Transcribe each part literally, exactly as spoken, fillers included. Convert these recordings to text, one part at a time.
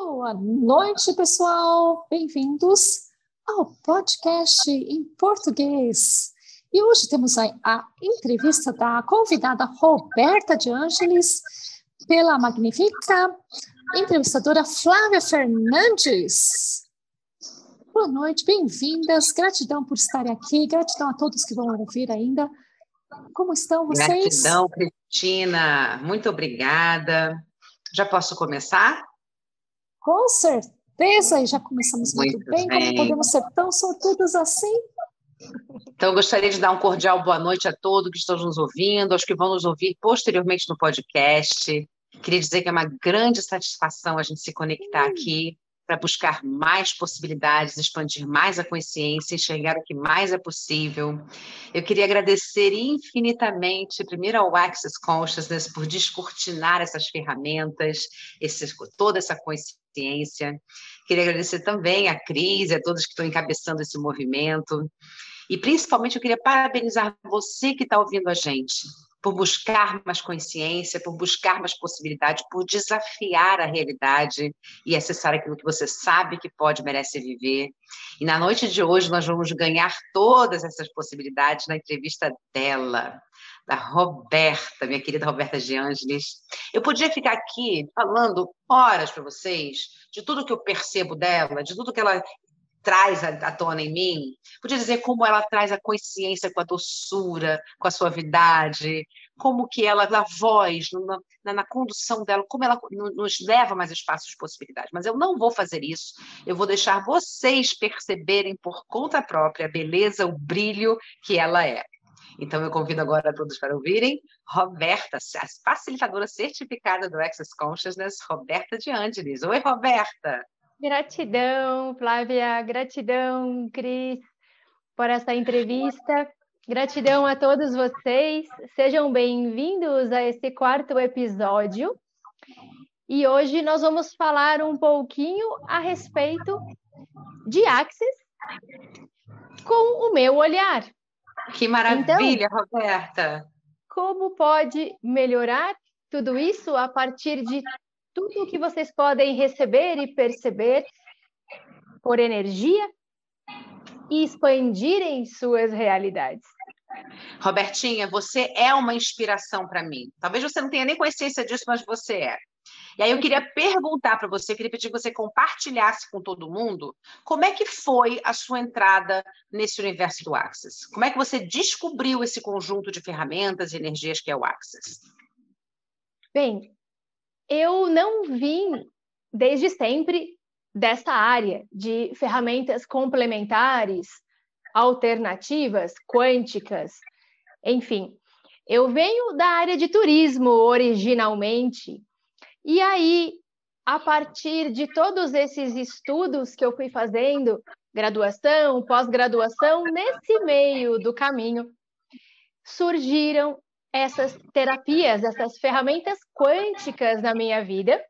Boa noite, pessoal! Bem-vindos ao podcast em português. E hoje temos a, a entrevista da convidada Roberta de Ângeles pela magnífica entrevistadora Flávia Fernandes. Boa noite, bem-vindas, gratidão por estarem aqui, gratidão a todos que vão ouvir ainda. Como estão vocês? Gratidão, Cristina, muito obrigada. Já posso começar? Com certeza, e já começamos muito, muito bem. bem. Como podemos ser tão sortudos assim? Então, eu gostaria de dar um cordial boa noite a todos que estão nos ouvindo, aos que vão nos ouvir posteriormente no podcast. Queria dizer que é uma grande satisfação a gente se conectar aqui para buscar mais possibilidades, expandir mais a consciência, enxergar o que mais é possível. Eu queria agradecer infinitamente, primeiro ao Access Consciousness, por descortinar essas ferramentas, esse, toda essa consciência. Queria agradecer também a Cris e a todos que estão encabeçando esse movimento. E, principalmente, eu queria parabenizar você que está ouvindo a gente, por buscar mais consciência, por buscar mais possibilidades, por desafiar a realidade e acessar aquilo que você sabe que pode e merece viver. E na noite de hoje nós vamos ganhar todas essas possibilidades na entrevista dela, da Roberta, minha querida Roberta de Ângeles. Eu podia ficar aqui falando horas para vocês de tudo que eu percebo dela, de tudo que ela traz à tona em mim. Podia dizer como ela traz a consciência com a doçura, com a suavidade, como que ela, na voz, na, na condução dela, como ela nos leva a mais espaços de possibilidade. Mas eu não vou fazer isso. Eu vou deixar vocês perceberem por conta própria a beleza, o brilho que ela é. Então, eu convido agora a todos para ouvirem Roberta, a facilitadora certificada do Access Consciousness, Roberta de Ângeles. Oi, Roberta! Gratidão, Flávia, gratidão, Cris, por essa entrevista. Gratidão a todos vocês. Sejam bem-vindos a esse quarto episódio. E hoje nós vamos falar um pouquinho a respeito de Access com o meu olhar. Que maravilha, então, Roberta! Como pode melhorar tudo isso a partir de tudo que vocês podem receber e perceber por energia e expandirem suas realidades. Robertinha, você é uma inspiração para mim. Talvez você não tenha nem consciência disso, mas você é. E aí eu queria perguntar para você, queria pedir que você compartilhasse com todo mundo como é que foi a sua entrada nesse universo do Access. Como é que você descobriu esse conjunto de ferramentas e energias que é o Access? Bem, eu não vim desde sempre dessa área de ferramentas complementares, alternativas, quânticas, enfim. Eu venho da área de turismo originalmente, e aí, a partir de todos esses estudos que eu fui fazendo, graduação, pós-graduação, nesse meio do caminho, surgiram essas terapias, essas ferramentas quânticas na minha vida.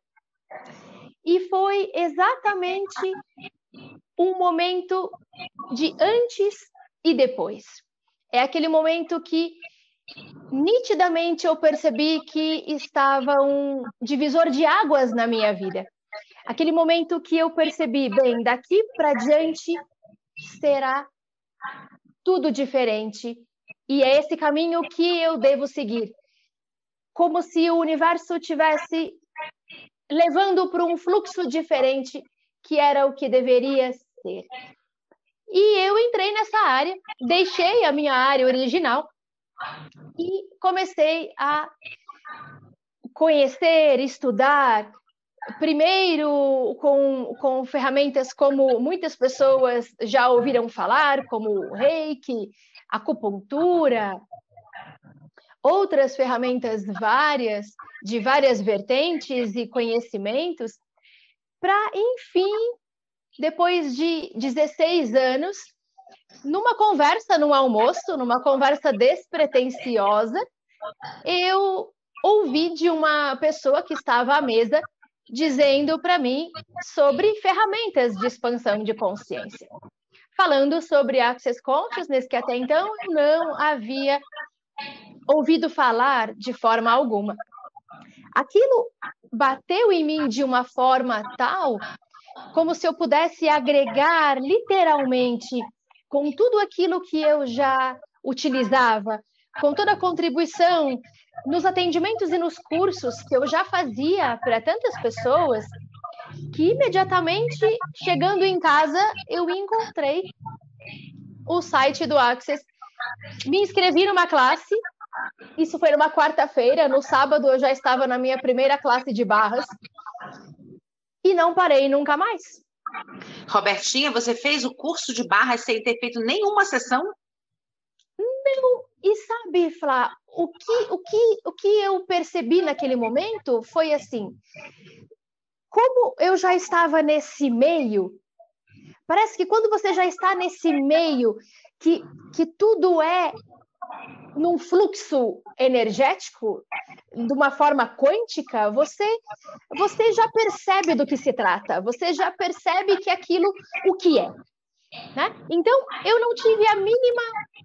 E foi exatamente um momento de antes e depois. É aquele momento que nitidamente eu percebi que estava um divisor de águas na minha vida. Aquele momento que eu percebi, bem, daqui para diante será tudo diferente. E é esse caminho que eu devo seguir. Como se o universo tivesse levando para um fluxo diferente, que era o que deveria ser. E eu entrei nessa área, deixei a minha área original e comecei a conhecer, estudar, primeiro com, com ferramentas como muitas pessoas já ouviram falar, como o Reiki, acupuntura, outras ferramentas várias, de várias vertentes e conhecimentos, para, enfim, depois de dezesseis anos, numa conversa, num almoço, numa conversa despretensiosa, eu ouvi de uma pessoa que estava à mesa dizendo para mim sobre ferramentas de expansão de consciência. Falando sobre Access Consciousness, que até então eu não havia ouvido falar de forma alguma. aquilo bateu em mim de uma forma tal, como se eu pudesse agregar literalmente com tudo aquilo que eu já utilizava, com toda a contribuição nos atendimentos e nos cursos que eu já fazia para tantas pessoas, que imediatamente, chegando em casa, eu encontrei o site do Access, me inscrevi numa classe, isso foi numa quarta-feira, no sábado eu já estava na minha primeira classe de barras, e não parei nunca mais. Robertinha, você fez o curso de barras sem ter feito nenhuma sessão? Não, e sabe, Flá, o que, o, que, o que eu percebi naquele momento foi assim, como eu já estava nesse meio, parece que quando você já está nesse meio, que, que tudo é num fluxo energético, de uma forma quântica, você, você já percebe do que se trata, você já percebe que aquilo, o que é. Né? Então, eu não tive a mínima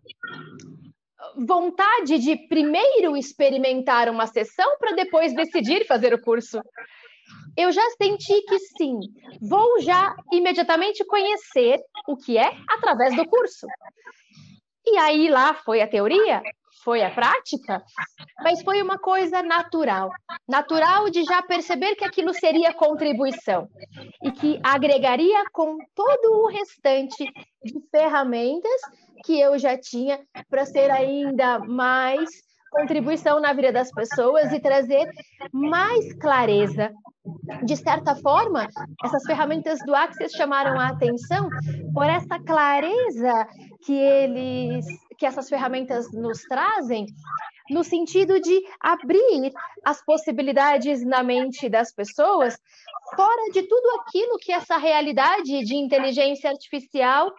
vontade de primeiro experimentar uma sessão para depois decidir fazer o curso. Eu já senti que sim, vou já imediatamente conhecer o que é através do curso. E aí lá foi a teoria, foi a prática, mas foi uma coisa natural. Natural de já perceber que aquilo seria contribuição e que agregaria com todo o restante de ferramentas que eu já tinha para ser ainda mais contribuição na vida das pessoas e trazer mais clareza. De certa forma, essas ferramentas do Access chamaram a atenção por essa clareza que eles, que essas ferramentas nos trazem, no sentido de abrir as possibilidades na mente das pessoas, fora de tudo aquilo que essa realidade de inteligência artificial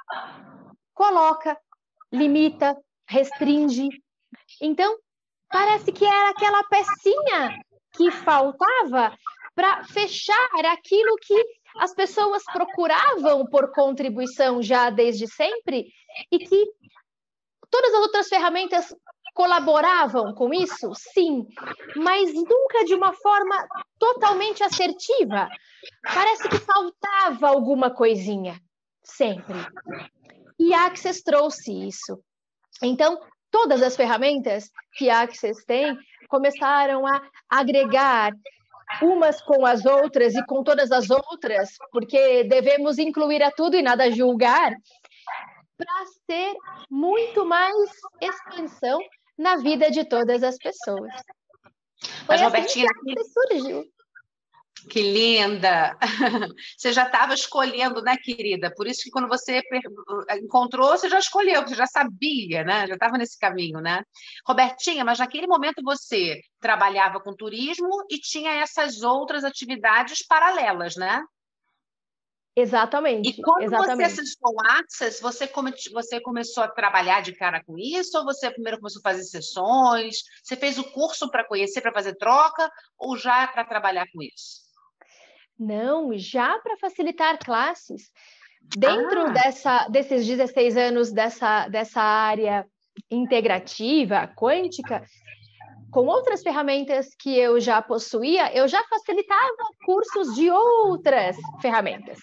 coloca, limita, restringe. Então, parece que era aquela pecinha que faltava para fechar aquilo que as pessoas procuravam por contribuição já desde sempre e que todas as outras ferramentas colaboravam com isso, sim, mas nunca de uma forma totalmente assertiva. Parece que faltava alguma coisinha, sempre. E a Access trouxe isso. Então, todas as ferramentas que a Access tem começaram a agregar umas com as outras e com todas as outras, porque devemos incluir a tudo e nada julgar, para ser muito mais expansão na vida de todas as pessoas. Foi Mas, assim Robertinha, que a Access surgiu. Que linda! Você já estava escolhendo, né, querida? Por isso que quando você encontrou, você já escolheu, você já sabia, né? Já estava nesse caminho, né? Robertinha, mas naquele momento você trabalhava com turismo e tinha essas outras atividades paralelas, né? Exatamente. E quando exatamente. você acessou o Access, você, come, você começou a trabalhar de cara com isso? Ou você primeiro começou a fazer sessões? Você fez o curso para conhecer, para fazer troca? Ou já para trabalhar com isso? Não, já para facilitar classes. Dentro Ah. dessa, desses dezesseis anos dessa, dessa área integrativa, quântica, com outras ferramentas que eu já possuía, eu já facilitava cursos de outras ferramentas.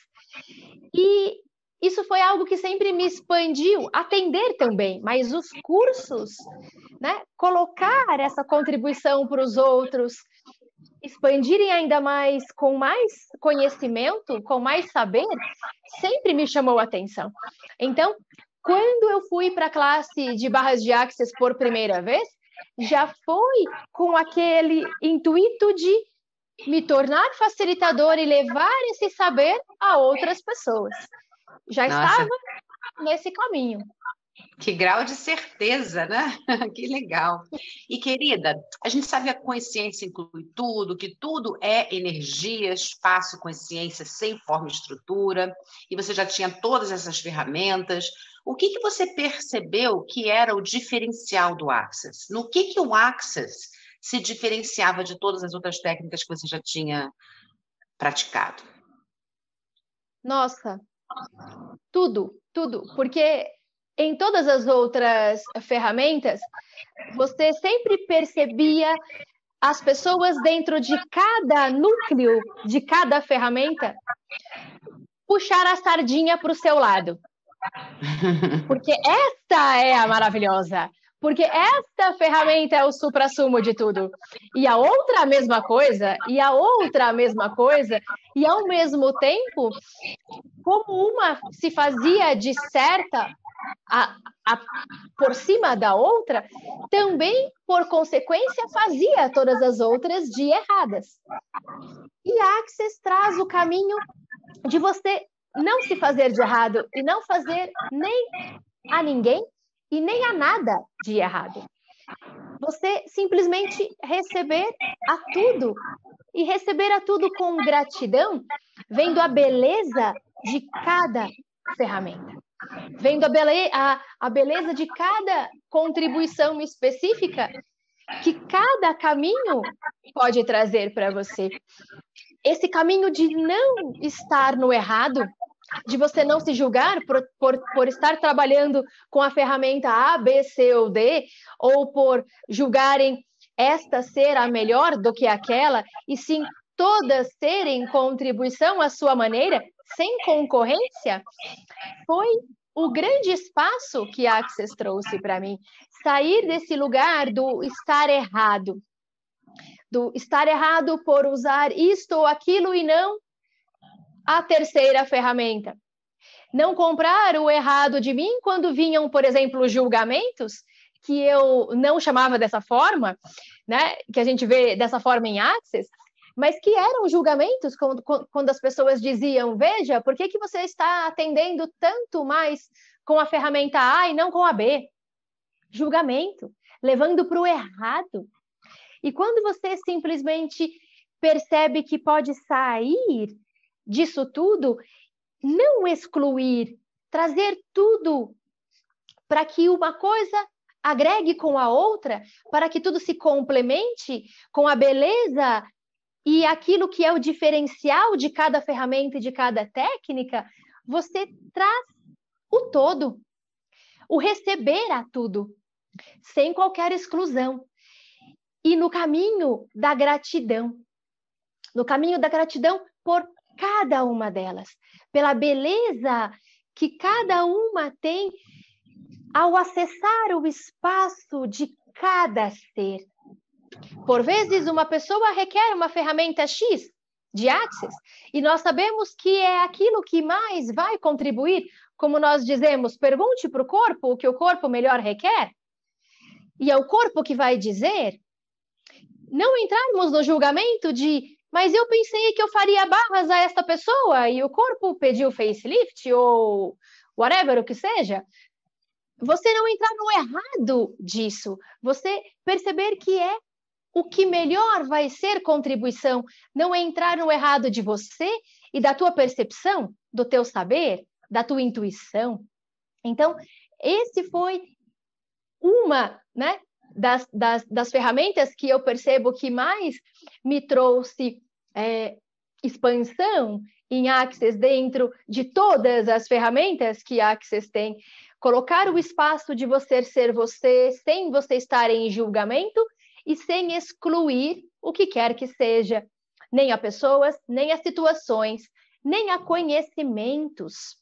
E isso foi algo que sempre me expandiu, atender também, mas os cursos, né, colocar essa contribuição para os outros, expandirem ainda mais, com mais conhecimento, com mais saber, sempre me chamou a atenção. Então, quando eu fui para a classe de barras de Access por primeira vez, já foi com aquele intuito de me tornar facilitador e levar esse saber a outras pessoas. Já Nossa. Estava nesse caminho. Que grau de certeza, né? Que legal. E, querida, a gente sabe que a consciência inclui tudo, que tudo é energia, espaço, consciência, sem forma e estrutura, e você já tinha todas essas ferramentas. O que, que você percebeu que era o diferencial do Access? No que, que o Access se diferenciava de todas as outras técnicas que você já tinha praticado? Nossa, tudo, tudo, porque em todas as outras ferramentas, você sempre percebia as pessoas dentro de cada núcleo, de cada ferramenta, puxar a sardinha para o seu lado. Porque esta é a maravilhosa. Porque esta ferramenta é o suprassumo de tudo. E a outra a mesma coisa, e a outra a mesma coisa, e ao mesmo tempo, como uma se fazia de certa a, a, por cima da outra, também, por consequência, fazia todas as outras de erradas. E a Axis traz o caminho de você não se fazer de errado e não fazer nem a ninguém e nem a nada de errado. Você simplesmente receber a tudo e receber a tudo com gratidão, vendo a beleza de cada ferramenta, vendo a, bele a, a beleza de cada contribuição específica que cada caminho pode trazer para você. Esse caminho de não estar no errado, de você não se julgar por, por, por estar trabalhando com a ferramenta A, B, C ou D, ou por julgarem esta ser a melhor do que aquela, e sim todas serem contribuição à sua maneira, sem concorrência, foi o grande espaço que a Axis trouxe para mim. Sair desse lugar do estar errado, do estar errado por usar isto ou aquilo e não a terceira ferramenta. Não comprar o errado de mim quando vinham, por exemplo, julgamentos, que eu não chamava dessa forma, né? Que a gente vê dessa forma em Axis, mas que eram julgamentos quando, quando as pessoas diziam, veja, por que, que você está atendendo tanto mais com a ferramenta A e não com a B? Julgamento, levando para o errado. E quando você simplesmente percebe que pode sair disso tudo, não excluir, trazer tudo para que uma coisa agregue com a outra, para que tudo se complemente com a beleza e aquilo que é o diferencial de cada ferramenta e de cada técnica, você traz o todo, o receber a tudo, sem qualquer exclusão. E no caminho da gratidão, no caminho da gratidão por cada uma delas, pela beleza que cada uma tem ao acessar o espaço de cada ser. Por vezes, uma pessoa requer uma ferramenta X de Axis, e nós sabemos que é aquilo que mais vai contribuir, como nós dizemos, pergunte para o corpo o que o corpo melhor requer, e é o corpo que vai dizer. Não entrarmos no julgamento de, mas eu pensei que eu faria barras a esta pessoa e o corpo pediu facelift ou whatever o que seja. Você não entrar no errado disso. Você perceber que é o que melhor vai ser contribuição. Não é entrar no errado de você e da tua percepção, do teu saber, da tua intuição. Então, esse foi uma, né? Das, das, das ferramentas que eu percebo que mais me trouxe é, expansão em Axis dentro de todas as ferramentas que Axis tem. Colocar o espaço de você ser você, sem você estar em julgamento e sem excluir o que quer que seja, nem a pessoas, nem a situações, nem a conhecimentos.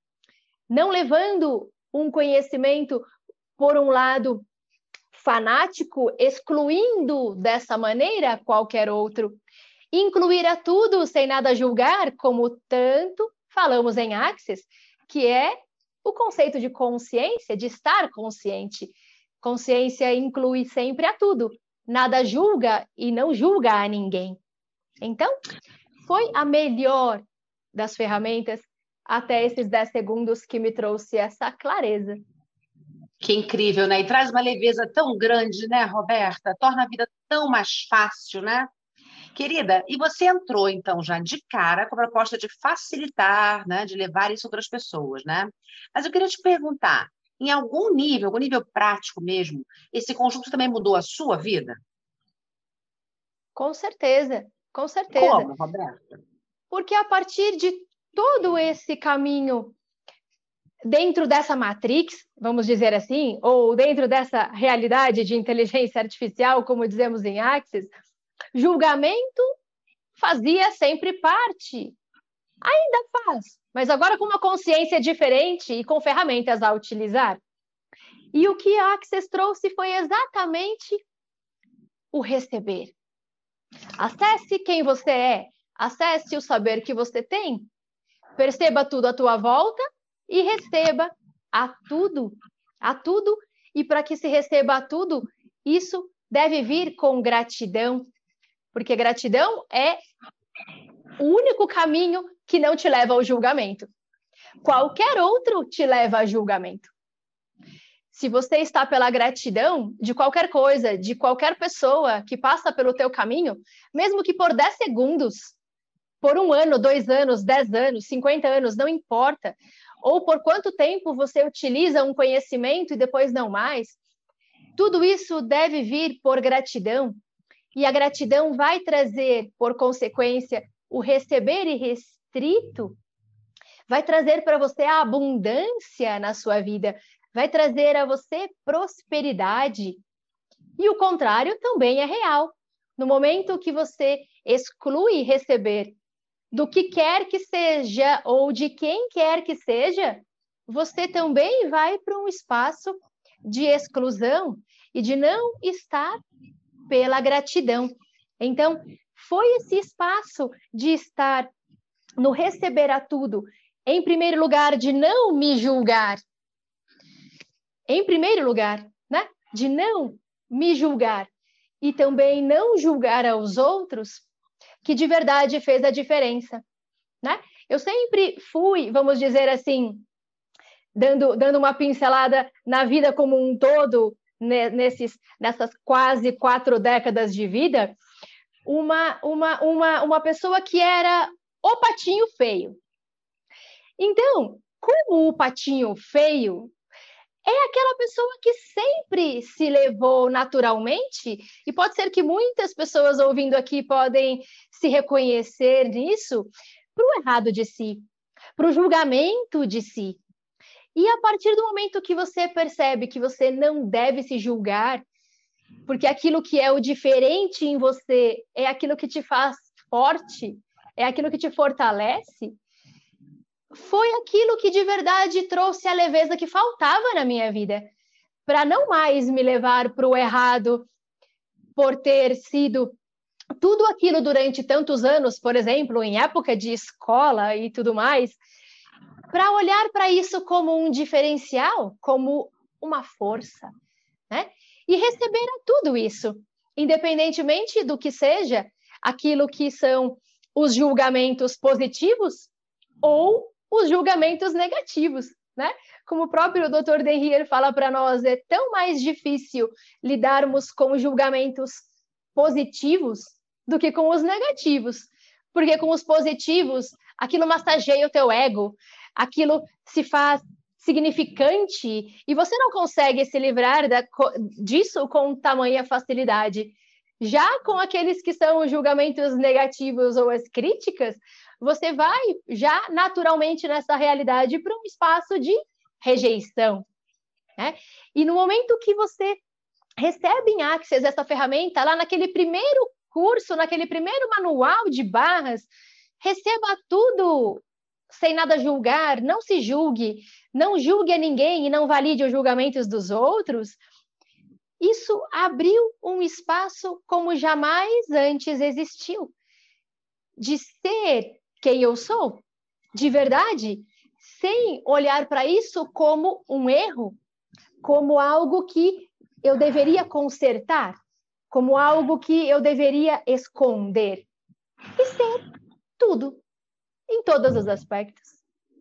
Não levando um conhecimento por um lado fanático, excluindo dessa maneira qualquer outro. Incluir a tudo sem nada julgar, como tanto falamos em Axis, que é o conceito de consciência, de estar consciente. Consciência inclui sempre a tudo. Nada julga e não julga a ninguém. Então, foi a melhor das ferramentas até esses dez segundos que me trouxe essa clareza. Que incrível, né? E traz uma leveza tão grande, né, Roberta? Torna a vida tão mais fácil, né? Querida, e você entrou, então, já de cara com a proposta de facilitar, né, de levar isso para as pessoas, né? Mas eu queria te perguntar, em algum nível, algum nível prático mesmo, esse conjunto também mudou a sua vida? Com certeza, com certeza. Como, Roberta? Porque a partir de todo esse caminho dentro dessa matrix, vamos dizer assim, ou dentro dessa realidade de inteligência artificial, como dizemos em Axis, Julgamento fazia sempre parte. Ainda faz, mas agora com uma consciência diferente e com ferramentas a utilizar. E o que a Access trouxe foi exatamente o receber. Acesse quem você é, acesse o saber que você tem, perceba tudo à tua volta e receba a tudo, a tudo. E para que se receba a tudo, isso deve vir com gratidão, porque gratidão é o único caminho que não te leva ao julgamento. Qualquer outro te leva a julgamento. Se você está pela gratidão de qualquer coisa, de qualquer pessoa que passa pelo teu caminho, mesmo que por dez segundos, por um ano, dois anos, dez anos, cinquenta anos, não importa, ou por quanto tempo você utiliza um conhecimento e depois não mais, tudo isso deve vir por gratidão, e a gratidão vai trazer, por consequência, o receber irrestrito, vai trazer para você a abundância na sua vida, vai trazer a você prosperidade. E o contrário também é real. No momento que você exclui receber do que quer que seja ou de quem quer que seja, você também vai para um espaço de exclusão e de não estar pela gratidão. Então, foi esse espaço de estar no receber a tudo, em primeiro lugar, de não me julgar, em primeiro lugar, né? De não me julgar e também não julgar aos outros, que de verdade fez a diferença, né? Eu sempre fui, vamos dizer assim, dando, dando uma pincelada na vida como um todo, né, nesses, nessas quase quatro décadas de vida, uma, uma, uma, uma pessoa que era o patinho feio. Então, como o patinho feio é aquela pessoa que sempre se levou naturalmente, e pode ser que muitas pessoas ouvindo aqui podem se reconhecer nisso, para o errado de si, para o julgamento de si. E a partir do momento que você percebe que você não deve se julgar, porque aquilo que é o diferente em você é aquilo que te faz forte, é aquilo que te fortalece, foi aquilo que de verdade trouxe a leveza que faltava na minha vida, para não mais me levar para o errado por ter sido tudo aquilo durante tantos anos, por exemplo, em época de escola e tudo mais, para olhar para isso como um diferencial, como uma força, né? E receber a tudo isso, independentemente do que seja aquilo que são os julgamentos positivos ou os julgamentos negativos, né? Como o próprio doutor Denrier fala para nós, é tão mais difícil lidarmos com julgamentos positivos do que com os negativos, porque com os positivos, aquilo massageia o teu ego, aquilo se faz significante e você não consegue se livrar da, disso com tamanha facilidade. Já com aqueles que são os julgamentos negativos ou as críticas, você vai já naturalmente nessa realidade para um espaço de rejeição, né? E no momento que você recebe em Access essa ferramenta, lá naquele primeiro curso, naquele primeiro manual de barras, receba tudo sem nada julgar, não se julgue, não julgue a ninguém e não valide os julgamentos dos outros. Isso abriu um espaço como jamais antes existiu, de ser quem eu sou, de verdade, sem olhar para isso como um erro, como algo que eu deveria consertar, como algo que eu deveria esconder, e ser tudo, em todos os aspectos.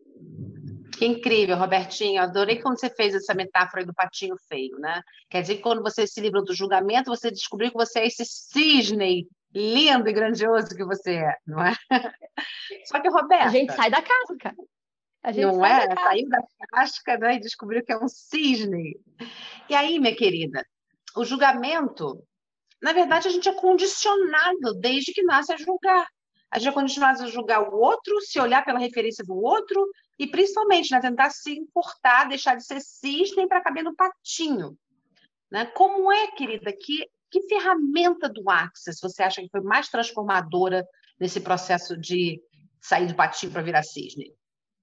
Que incrível, Robertinho. Adorei quando você fez essa metáfora do patinho feio, né? Quer dizer que quando você se livrou do julgamento, você descobriu que você é esse cisne lindo e grandioso que você é, não é? Só que, Roberta... A gente sai da casca. A gente não sai é? da casca. Saiu da casca, né? E descobriu que é um cisne. E aí, minha querida, o julgamento, na verdade, a gente é condicionado desde que nasce a julgar. A gente é condicionado a julgar o outro, se olhar pela referência do outro e, principalmente, né, tentar se importar, deixar de ser cisne para caber no patinho. Né? Como é, querida, que que ferramenta do Access você acha que foi mais transformadora nesse processo de sair do patinho para virar cisne?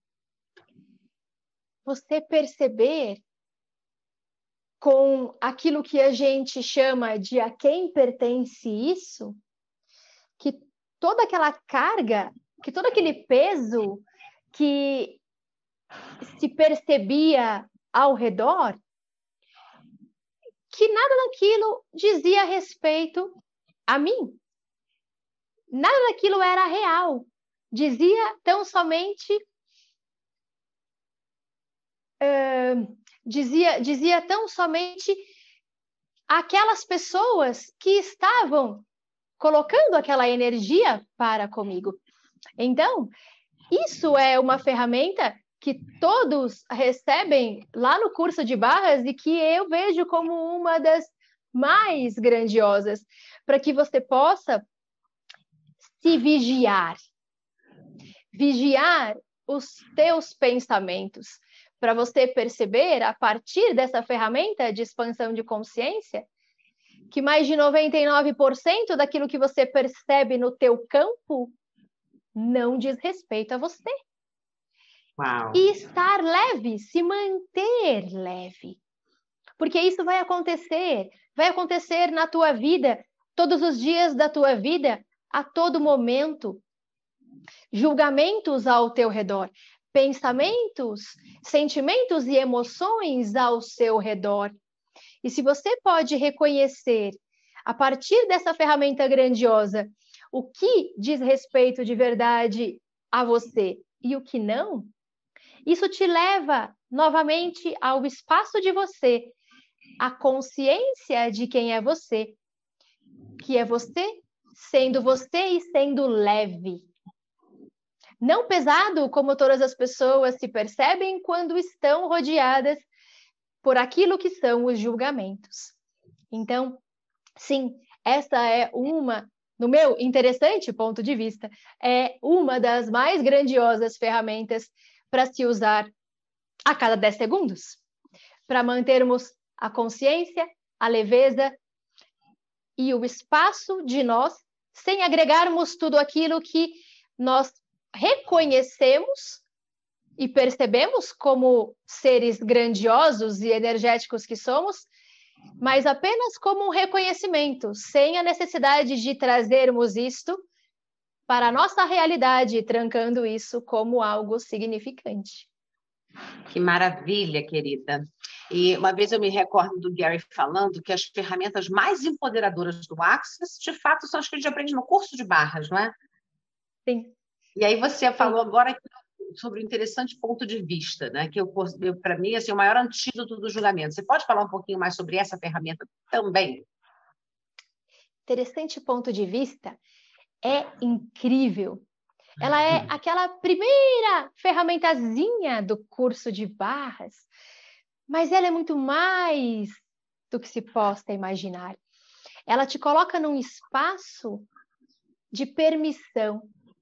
Você perceber com aquilo que a gente chama de a quem pertence isso, que toda aquela carga, que todo aquele peso que se percebia ao redor, que nada daquilo dizia respeito a mim. Nada daquilo era real. Dizia tão somente... Uh, dizia, dizia tão somente aquelas pessoas que estavam colocando aquela energia para comigo. Então, isso é uma ferramenta que todos recebem lá no curso de barras e que eu vejo como uma das mais grandiosas, para que você possa se vigiar. Vigiar os teus pensamentos, para você perceber, a partir dessa ferramenta de expansão de consciência, que mais de noventa e nove por cento daquilo que você percebe no teu campo não diz respeito a você. Uau. E estar leve, se manter leve. Porque isso vai acontecer, vai acontecer na tua vida, todos os dias da tua vida, a todo momento. Julgamentos ao teu redor, pensamentos, sentimentos e emoções ao seu redor. E se você pode reconhecer, a partir dessa ferramenta grandiosa, o que diz respeito de verdade a você e o que não, isso te leva novamente ao espaço de você, a consciência de quem é você, que é você sendo você e sendo leve. Não pesado como todas as pessoas se percebem quando estão rodeadas por aquilo que são os julgamentos. Então, sim, essa é uma, no meu interessante ponto de vista, é uma das mais grandiosas ferramentas para se usar a cada dez segundos, para mantermos a consciência, a leveza e o espaço de nós, sem agregarmos tudo aquilo que nós reconhecemos e percebemos como seres grandiosos e energéticos que somos, mas apenas como um reconhecimento, sem a necessidade de trazermos isto para a nossa realidade, trancando isso como algo significante. Que maravilha, querida. E uma vez eu me recordo do Gary falando que as ferramentas mais empoderadoras do Access, de fato, são as que a gente aprende no curso de barras, não é? Sim. E aí você falou agora sobre o interessante ponto de vista, né? Que eu, eu para mim assim, o maior antídoto do julgamento. Você pode falar um pouquinho mais sobre essa ferramenta também? Interessante ponto de vista é incrível. Ela é aquela primeira ferramentazinha do curso de barras, mas ela é muito mais do que se possa imaginar. Ela te coloca num espaço de permissão,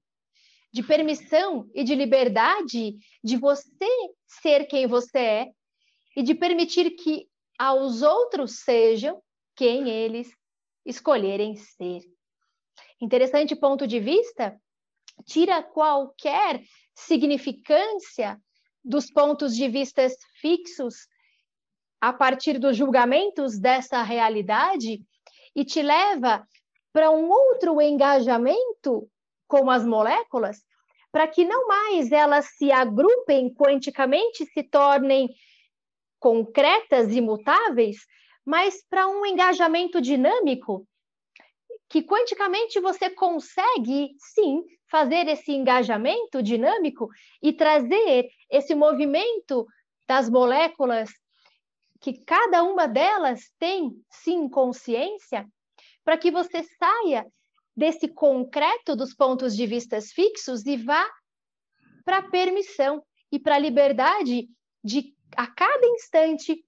de permissão e de liberdade de você ser quem você é e de permitir que aos outros sejam quem eles escolherem ser. Interessante ponto de vista, tira qualquer significância dos pontos de vista fixos a partir dos julgamentos dessa realidade e te leva para um outro engajamento com as moléculas, para que não mais elas se agrupem quanticamente, se tornem concretas e mutáveis, mas para um engajamento dinâmico, que quanticamente você consegue, sim, fazer esse engajamento dinâmico e trazer esse movimento das moléculas, que cada uma delas tem, sim, consciência, para que você saia desse concreto dos pontos de vista fixos e vá para a permissão e para a liberdade de, a cada instante,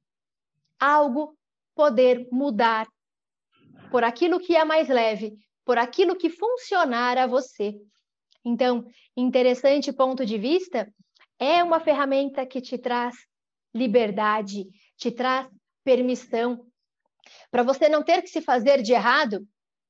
algo poder mudar por aquilo que é mais leve, por aquilo que funcionar a você. Então, interessante ponto de vista, é uma ferramenta que te traz liberdade, te traz permissão, para você não ter que se fazer de errado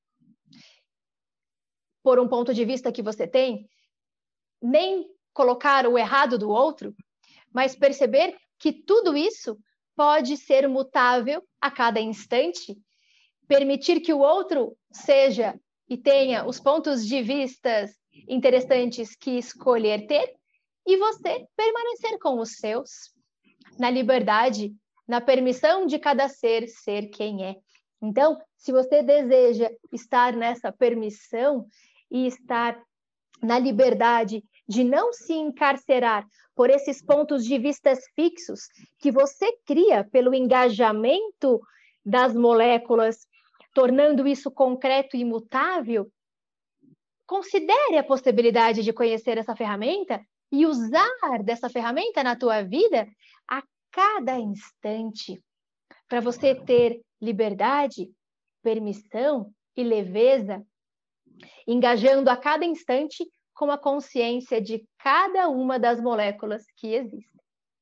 por um ponto de vista que você tem, nem colocar o errado do outro, mas perceber que tudo isso pode ser mutável a cada instante, permitir que o outro seja e tenha os pontos de vista interessantes que escolher ter, e você permanecer com os seus, na liberdade, na permissão de cada ser ser quem é. Então, se você deseja estar nessa permissão e estar na liberdade de não se encarcerar por esses pontos de vista fixos que você cria pelo engajamento das moléculas, tornando isso concreto e imutável, considere a possibilidade de conhecer essa ferramenta e usar dessa ferramenta na tua vida a cada instante, para você ter liberdade, permissão e leveza, engajando a cada instante com a consciência de cada uma das moléculas que existem.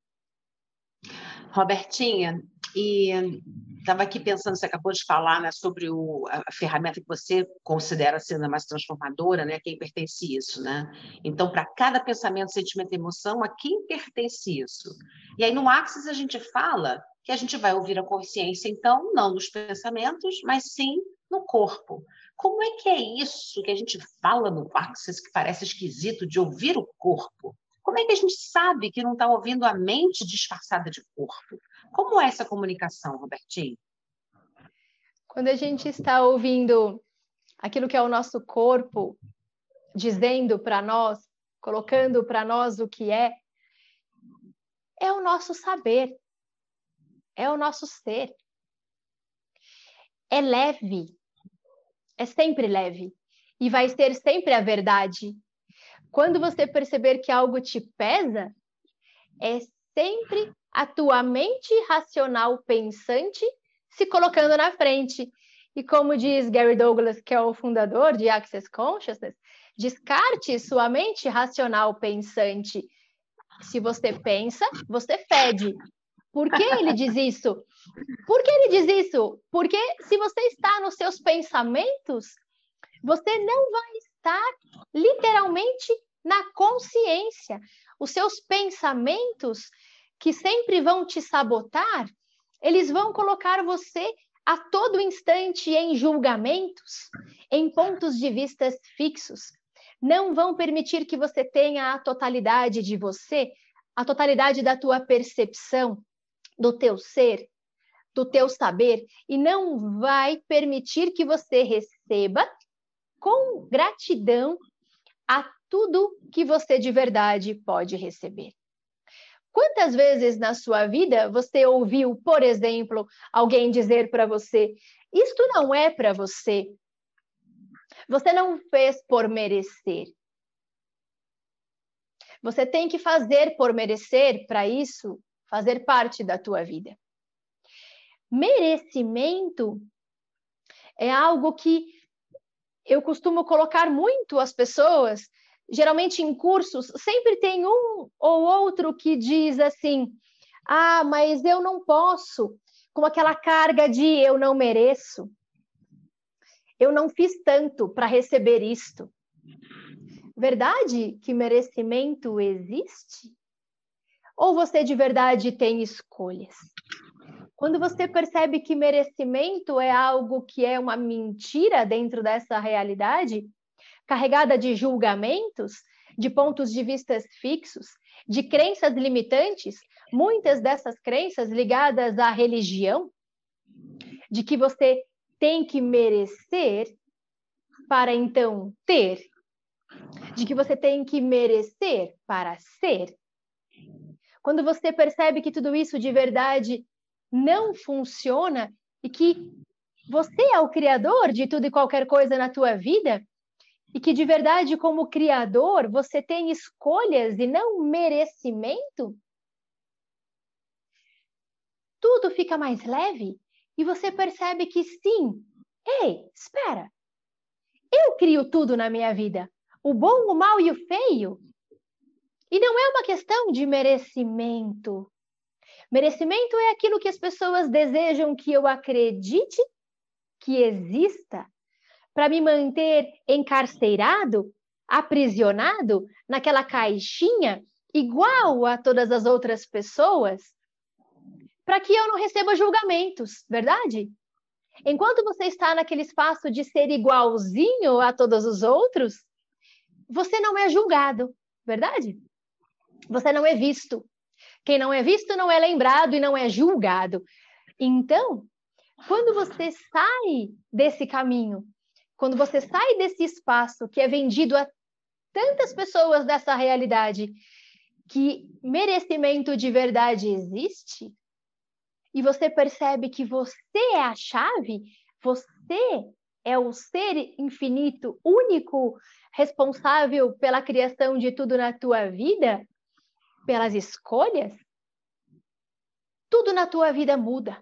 Robertinha, e estava aqui pensando, você acabou de falar, né, sobre o, a, a ferramenta que você considera sendo a mais transformadora, né, a quem pertence isso, né? Então, para cada pensamento, sentimento e emoção, a quem pertence isso? E aí, no Axis, a gente fala que a gente vai ouvir a consciência, então, não nos pensamentos, mas sim no corpo. Como é que é isso que a gente fala no Axis, que parece esquisito, de ouvir o corpo? Como é que a gente sabe que não está ouvindo a mente disfarçada de corpo? Como é essa comunicação, Robertinho? Quando a gente está ouvindo aquilo que é o nosso corpo dizendo para nós, colocando para nós o que é, é o nosso saber, é o nosso ser. É leve, é sempre leve e vai ser sempre a verdade. Quando você perceber que algo te pesa, é sempre a tua mente racional pensante se colocando na frente. E como diz Gary Douglas, que é o fundador de Access Consciousness, descarte sua mente racional pensante. Se você pensa, você fede. Por que ele diz isso? Por que ele diz isso? Porque se você está nos seus pensamentos, você não vai estar literalmente na consciência. Os seus pensamentos, que sempre vão te sabotar, eles vão colocar você a todo instante em julgamentos, em pontos de vista fixos. Não vão permitir que você tenha a totalidade de você, a totalidade da tua percepção, do teu ser, do teu saber, e não vai permitir que você receba com gratidão a tudo que você de verdade pode receber. Quantas vezes na sua vida você ouviu, por exemplo, alguém dizer para você: isto não é para você, você não fez por merecer. Você tem que fazer por merecer para isso fazer parte da tua vida. Merecimento é algo que eu costumo colocar muito às pessoas, geralmente em cursos, sempre tem um ou outro que diz assim: ah, mas eu não posso, com aquela carga de eu não mereço, eu não fiz tanto para receber isto. Verdade que merecimento existe? Ou você de verdade tem escolhas? Quando você percebe que merecimento é algo que é uma mentira dentro dessa realidade, carregada de julgamentos, de pontos de vista fixos, de crenças limitantes, muitas dessas crenças ligadas à religião, de que você tem que merecer para então ter, de que você tem que merecer para ser. Quando você percebe que tudo isso de verdade não funciona e que você é o criador de tudo e qualquer coisa na tua vida, e que de verdade, como criador, você tem escolhas e não merecimento, tudo fica mais leve e você percebe que sim, ei, espera, eu crio tudo na minha vida, o bom, o mal e o feio, e não é uma questão de merecimento. Merecimento é aquilo que as pessoas desejam que eu acredite que exista para me manter encarcerado, aprisionado naquela caixinha igual a todas as outras pessoas, para que eu não receba julgamentos, verdade? Enquanto você está naquele espaço de ser igualzinho a todos os outros, você não é julgado, verdade? Você não é visto. Quem não é visto não é lembrado e não é julgado. Então, quando você sai desse caminho, quando você sai desse espaço que é vendido a tantas pessoas dessa realidade, que merecimento de verdade existe, e você percebe que você é a chave, você é o ser infinito, único, responsável pela criação de tudo na tua vida, pelas escolhas, tudo na tua vida muda.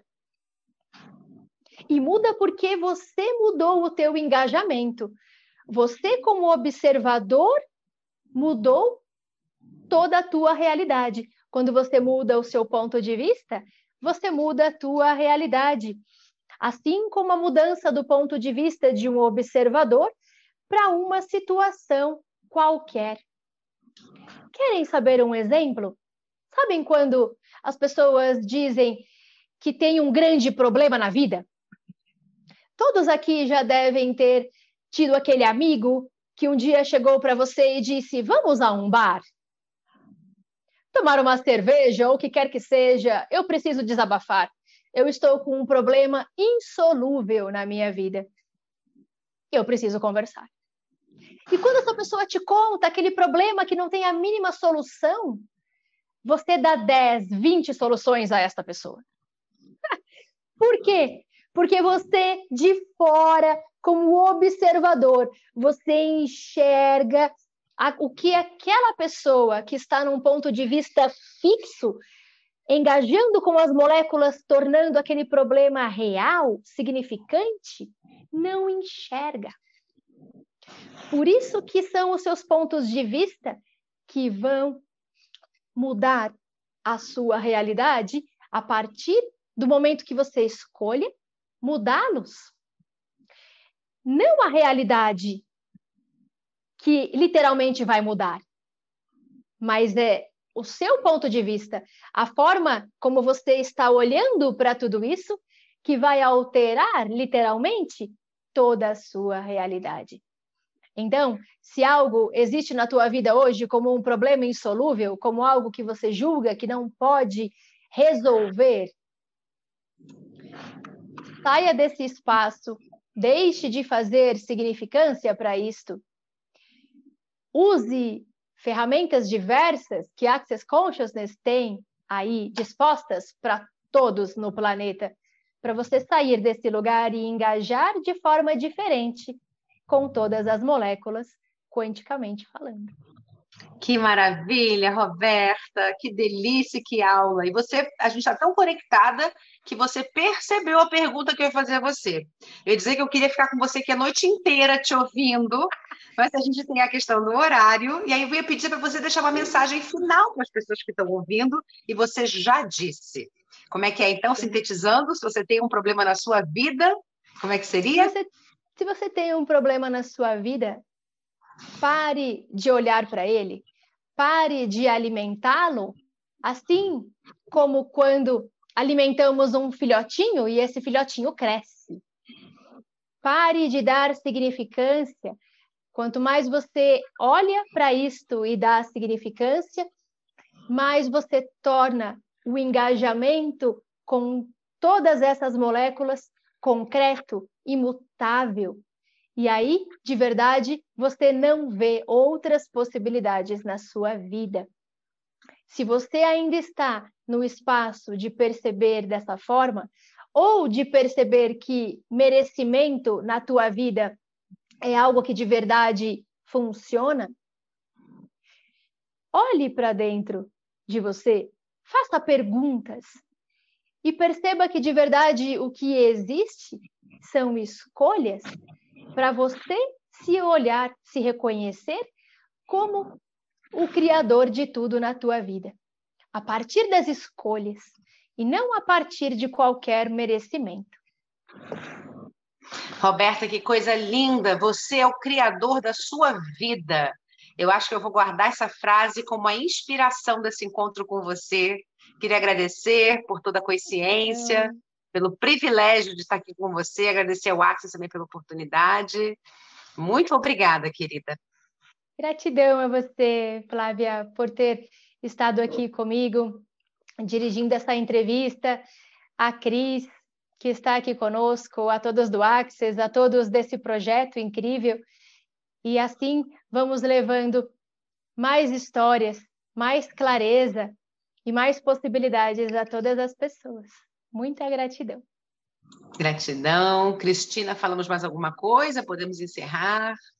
E muda porque você mudou o teu engajamento. Você, como observador, mudou toda a tua realidade. Quando você muda o seu ponto de vista, você muda a tua realidade. Assim como a mudança do ponto de vista de um observador para uma situação qualquer. Querem saber um exemplo? Sabem quando as pessoas dizem que tem um grande problema na vida? Todos aqui já devem ter tido aquele amigo que um dia chegou para você e disse: vamos a um bar? Tomar uma cerveja ou o que quer que seja, eu preciso desabafar. Eu estou com um problema insolúvel na minha vida. Eu preciso conversar. E quando essa pessoa te conta aquele problema que não tem a mínima solução, você dá dez, vinte soluções a esta pessoa. Por quê? Porque você, de fora, como observador, você enxerga a, o que aquela pessoa que está num ponto de vista fixo, engajando com as moléculas, tornando aquele problema real, significante, não enxerga. Por isso que são os seus pontos de vista que vão mudar a sua realidade a partir do momento que você escolhe mudá-los. Não a realidade que literalmente vai mudar, mas é o seu ponto de vista, a forma como você está olhando para tudo isso, que vai alterar literalmente toda a sua realidade. Então, se algo existe na tua vida hoje como um problema insolúvel, como algo que você julga que não pode resolver, saia desse espaço, deixe de fazer significância para isto. Use ferramentas diversas que Access Consciousness tem aí dispostas para todos no planeta, para você sair desse lugar e engajar de forma diferente com todas as moléculas, quanticamente falando. Que maravilha, Roberta, que delícia, que aula. E você, a gente está tão conectada que você percebeu a pergunta que eu ia fazer a você. Eu ia dizer que eu queria ficar com você aqui a noite inteira te ouvindo, mas a gente tem a questão do horário, e aí eu ia pedir para você deixar uma mensagem final para as pessoas que estão ouvindo, e você já disse. Como é que é, então, sintetizando, se você tem um problema na sua vida, como é que seria? Se você, se você tem um problema na sua vida, pare de olhar para ele, pare de alimentá-lo, assim como quando alimentamos um filhotinho e esse filhotinho cresce. Pare de dar significância. Quanto mais você olha para isto e dá significância, mais você torna o engajamento com todas essas moléculas concreto, imutável. E aí, de verdade, você não vê outras possibilidades na sua vida. Se você ainda está no espaço de perceber dessa forma, ou de perceber que merecimento na tua vida é algo que de verdade funciona, olhe para dentro de você, faça perguntas e perceba que de verdade o que existe são escolhas para você se olhar, se reconhecer como o criador de tudo na tua vida. A partir das escolhas e não a partir de qualquer merecimento. Roberta, que coisa linda! Você é o criador da sua vida. Eu acho que eu vou guardar essa frase como a inspiração desse encontro com você. Queria agradecer por toda a consciência, é. pelo privilégio de estar aqui com você, agradecer ao Axis também pela oportunidade. Muito obrigada, querida. Gratidão a você, Flávia, por ter estado aqui comigo, dirigindo essa entrevista, a Cris, que está aqui conosco, a todos do Axis, a todos desse projeto incrível. E assim vamos levando mais histórias, mais clareza e mais possibilidades a todas as pessoas. Muita gratidão. Gratidão. Cristina, falamos mais alguma coisa? Podemos encerrar?